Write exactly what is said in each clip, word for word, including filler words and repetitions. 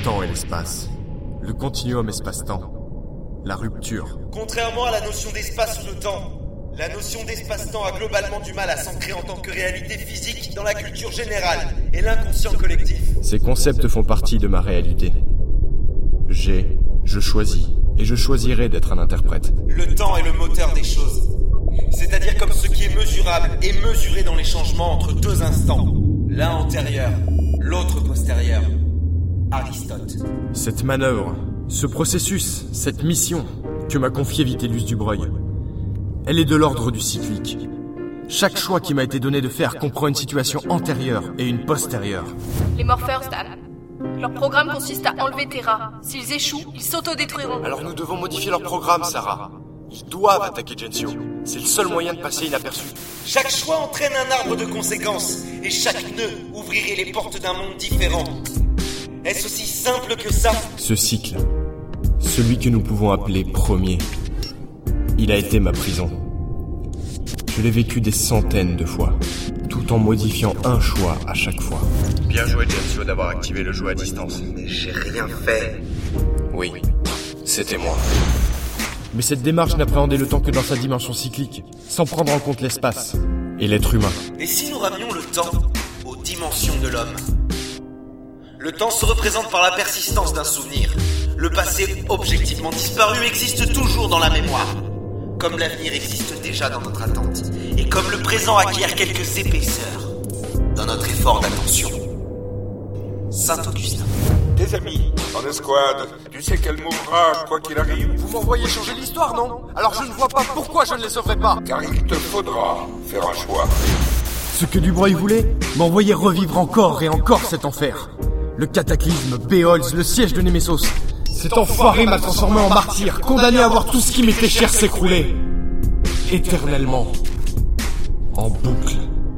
temps et l'espace. Le continuum espace-temps. La rupture. Contrairement à la notion d'espace ou de temps, la notion d'espace-temps a globalement du mal à s'ancrer en tant que réalité physique dans la culture générale et l'inconscient collectif. Ces concepts font partie de ma réalité. J'ai, je choisis, et je choisirai d'être un interprète. Le temps est le moteur des choses. C'est-à-dire comme ce qui est mesurable et mesuré dans les changements entre deux instants. L'un antérieur, l'autre postérieur. Aristote. Cette manœuvre, ce processus, cette mission que m'a confiée Vitellius Dubreuil, elle est de l'ordre du cyclique. Chaque choix qui m'a été donné de faire comprend une situation antérieure et une postérieure. Les morpheurs, Dan. Leur programme consiste à enlever Terra. S'ils échouent, ils s'autodétruiront. Alors nous devons modifier leur programme, Sarah. Ils doivent attaquer Gensio. C'est le seul moyen de passer inaperçu. Chaque choix entraîne un arbre de conséquences, et chaque nœud ouvrirait les portes d'un monde différent. Est-ce aussi simple que ça ? Ce cycle, celui que nous pouvons appeler premier, il a été ma prison. Je l'ai vécu des centaines de fois, tout en modifiant un choix à chaque fois. Bien joué, Gensio, d'avoir activé le jeu à distance. Mais j'ai rien fait. Oui, c'était moi. Mais cette démarche n'appréhendait le temps que dans sa dimension cyclique, sans prendre en compte l'espace et l'être humain. Et si nous ramenions le temps aux dimensions de l'homme ? Le temps se représente par la persistance d'un souvenir. Le passé objectivement disparu existe toujours dans la mémoire. Comme l'avenir existe déjà dans notre attente. Et comme le présent acquiert quelques épaisseurs dans notre effort d'attention. Saint-Augustin. Tes amis, en escouade, tu sais qu'elle mourra quoi qu'il arrive. Vous m'envoyez changer l'histoire, non ? Alors je ne vois pas pourquoi je ne les sauverai pas. Car il te faudra faire un choix. Ce que Dubreuil voulait, m'envoyer revivre encore et encore cet enfer. Le cataclysme, Béolz, le siège de Némésos. Cet enfoiré m'a transformé en martyr, condamné à voir tout ce qui m'était cher s'écrouler. Éternellement. En boucle.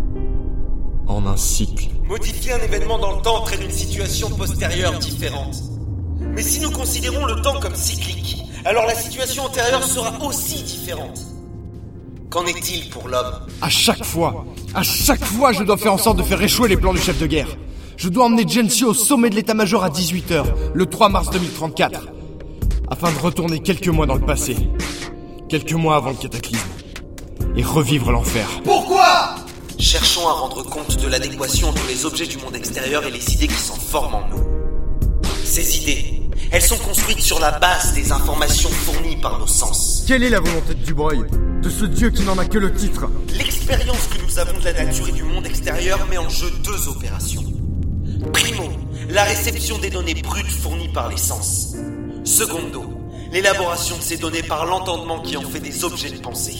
En un cycle. Modifier un événement dans le temps entraîne une situation postérieure différente. Mais si nous considérons le temps comme cyclique, alors la situation antérieure sera aussi différente. Qu'en est-il pour l'homme ? À chaque fois, à chaque fois, je dois faire en sorte de faire échouer les plans du chef de guerre. Je dois emmener Gensio au sommet de l'état-major à dix-huit heures, le trois mars deux mille trente-quatre, afin de retourner quelques mois dans le passé, quelques mois avant le cataclysme, et revivre l'enfer. Pourquoi ? Cherchons à rendre compte de l'adéquation entre les objets du monde extérieur et les idées qui s'en forment en nous. Ces idées, elles sont construites sur la base des informations fournies par nos sens. Quelle est la volonté de Dubreuil, de ce dieu qui n'en a que le titre ? L'expérience que nous avons de la nature et du monde extérieur met en jeu deux opérations. Primo, la réception des données brutes fournies par les sens. Secondo, l'élaboration de ces données par l'entendement qui en fait des objets de pensée.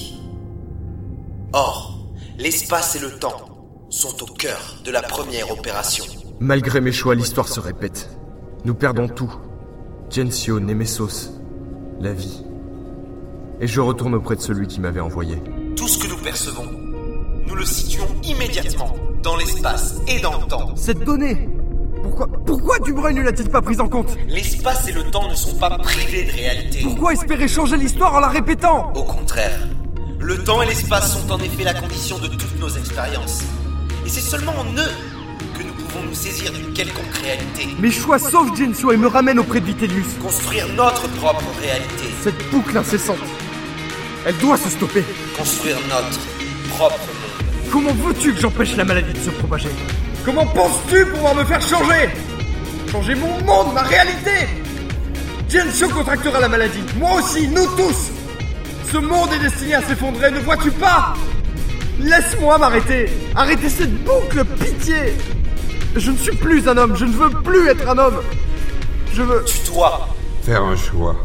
Or, l'espace et le temps sont au cœur de la première opération. Malgré mes choix, l'histoire se répète. Nous perdons tout. Gensio, Némésos, la vie. Et je retourne auprès de celui qui m'avait envoyé. Tout ce que nous percevons, nous le situons immédiatement dans l'espace et dans le temps. Cette donnée, pourquoi, pourquoi Dubreuil ne l'a-t-il pas prise en compte ? L'espace et le temps ne sont pas privés de réalité. Pourquoi espérer changer l'histoire en la répétant ? Au contraire, le temps et l'espace sont en effet la condition de toutes nos expériences. Et c'est seulement en eux que nous pouvons nous saisir d'une quelconque réalité. Mes choix sauvent Gensio et me ramènent auprès de Vitellius. Construire notre propre réalité. Cette boucle incessante, elle doit se stopper. Construire notre propre monde. Comment veux-tu que j'empêche la maladie de se propager ? Comment penses-tu pouvoir me faire changer ? Changer mon monde, ma réalité ? Gensio contractera la maladie, moi aussi, nous tous. Ce monde est destiné à s'effondrer, ne vois-tu pas ? Laisse-moi m'arrêter. Arrêtez cette boucle, pitié. Je ne suis plus un homme, je ne veux plus être un homme. Je veux... Tu dois faire un choix.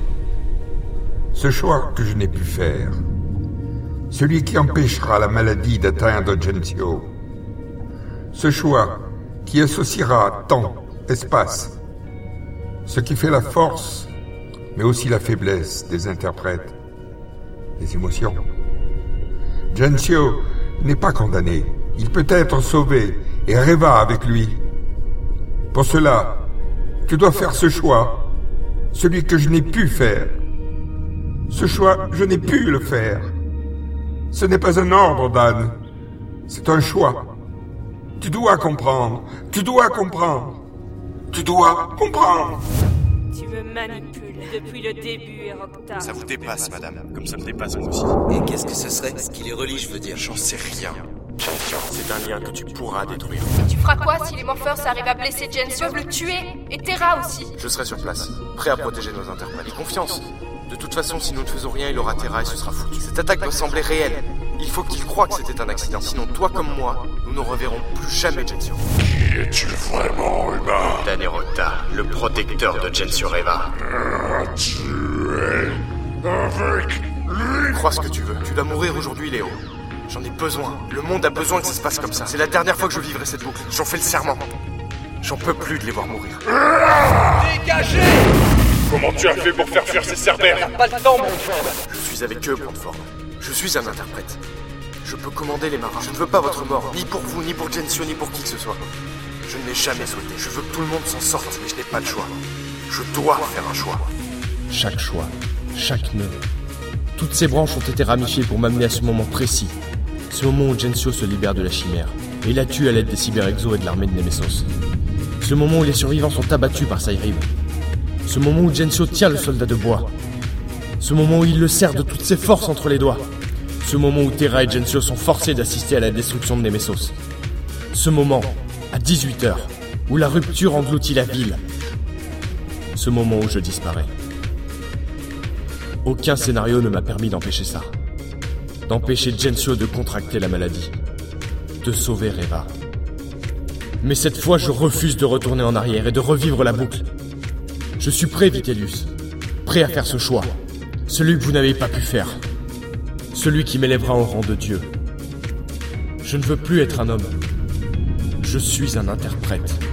Ce choix que je n'ai pu faire. Celui qui empêchera la maladie d'atteindre Gensio. Ce choix qui associera temps, espace. Ce qui fait la force, mais aussi la faiblesse des interprètes. Les émotions. Gensio n'est pas condamné. Il peut être sauvé et Reva avec lui. Pour cela, tu dois faire ce choix, celui que je n'ai pu faire. Ce choix, je n'ai pu le faire. Ce n'est pas un ordre, Dan. C'est un choix. Tu dois comprendre. Tu dois comprendre. Tu dois comprendre. Tu me manipules depuis le début, Erocta. Ça vous dépasse, madame, comme ça me dépasse moi aussi. Et qu'est-ce que ce serait? Ce qui les relie, je veux dire. J'en sais rien. C'est un lien que tu pourras détruire. Tu feras quoi si les Morphers arrivent à blesser Gensio? Ils peuvent le tuer. Et Terra aussi. Je serai sur place, prêt à protéger nos interprètes. Et confiance. De toute façon, si nous ne faisons rien, il aura Terra et ce sera foutu. Cette attaque doit sembler réelle. Il faut qu'il croie que c'était un accident. Sinon, toi comme moi, nous ne reverrons plus jamais Gensio. Qui es-tu vraiment, humain? Danerota, le protecteur de Gensio Reva. Tu es avec lui. Crois ce que tu veux. Tu dois mourir aujourd'hui, Léo. J'en ai besoin. Le monde a besoin que ça se passe comme ça. C'est la dernière fois que je vivrai cette boucle. J'en fais le serment. J'en peux plus de les voir mourir. Dégagez! Comment tu as fait pour faire fuir ces cerbères? Pas le temps, mon frère. Je suis avec eux, Brandford. Je suis un interprète. Je peux commander les marins. Je ne veux pas votre mort, ni pour vous, ni pour Gensio, ni pour qui que ce soit. Je ne l'ai jamais souhaité. Je veux que tout le monde s'en sorte, mais je n'ai pas de choix. Je dois faire un choix. Chaque choix, chaque nœud. Toutes ces branches ont été ramifiées pour m'amener à ce moment précis. Ce moment où Gensio se libère de la chimère et la tue à l'aide des cyberexos et de l'armée de Nemesis. Ce moment où les survivants sont abattus par Cyrib. Ce moment où Gensio tient le soldat de bois. Ce moment où il le serre de toutes ses forces entre les doigts. Ce moment où Terra et Gensio sont forcés d'assister à la destruction de Nemesis. Ce moment, à dix-huit heures, où la rupture engloutit la ville. Ce moment où je disparais. Aucun scénario ne m'a permis d'empêcher ça. D'empêcher Gensio de contracter la maladie. De sauver Reva. Mais cette fois, je refuse de retourner en arrière et de revivre la boucle. Je suis prêt, Vitellius. Prêt à faire ce choix. Celui que vous n'avez pas pu faire. Celui qui m'élèvera au rang de Dieu. Je ne veux plus être un homme. Je suis un interprète.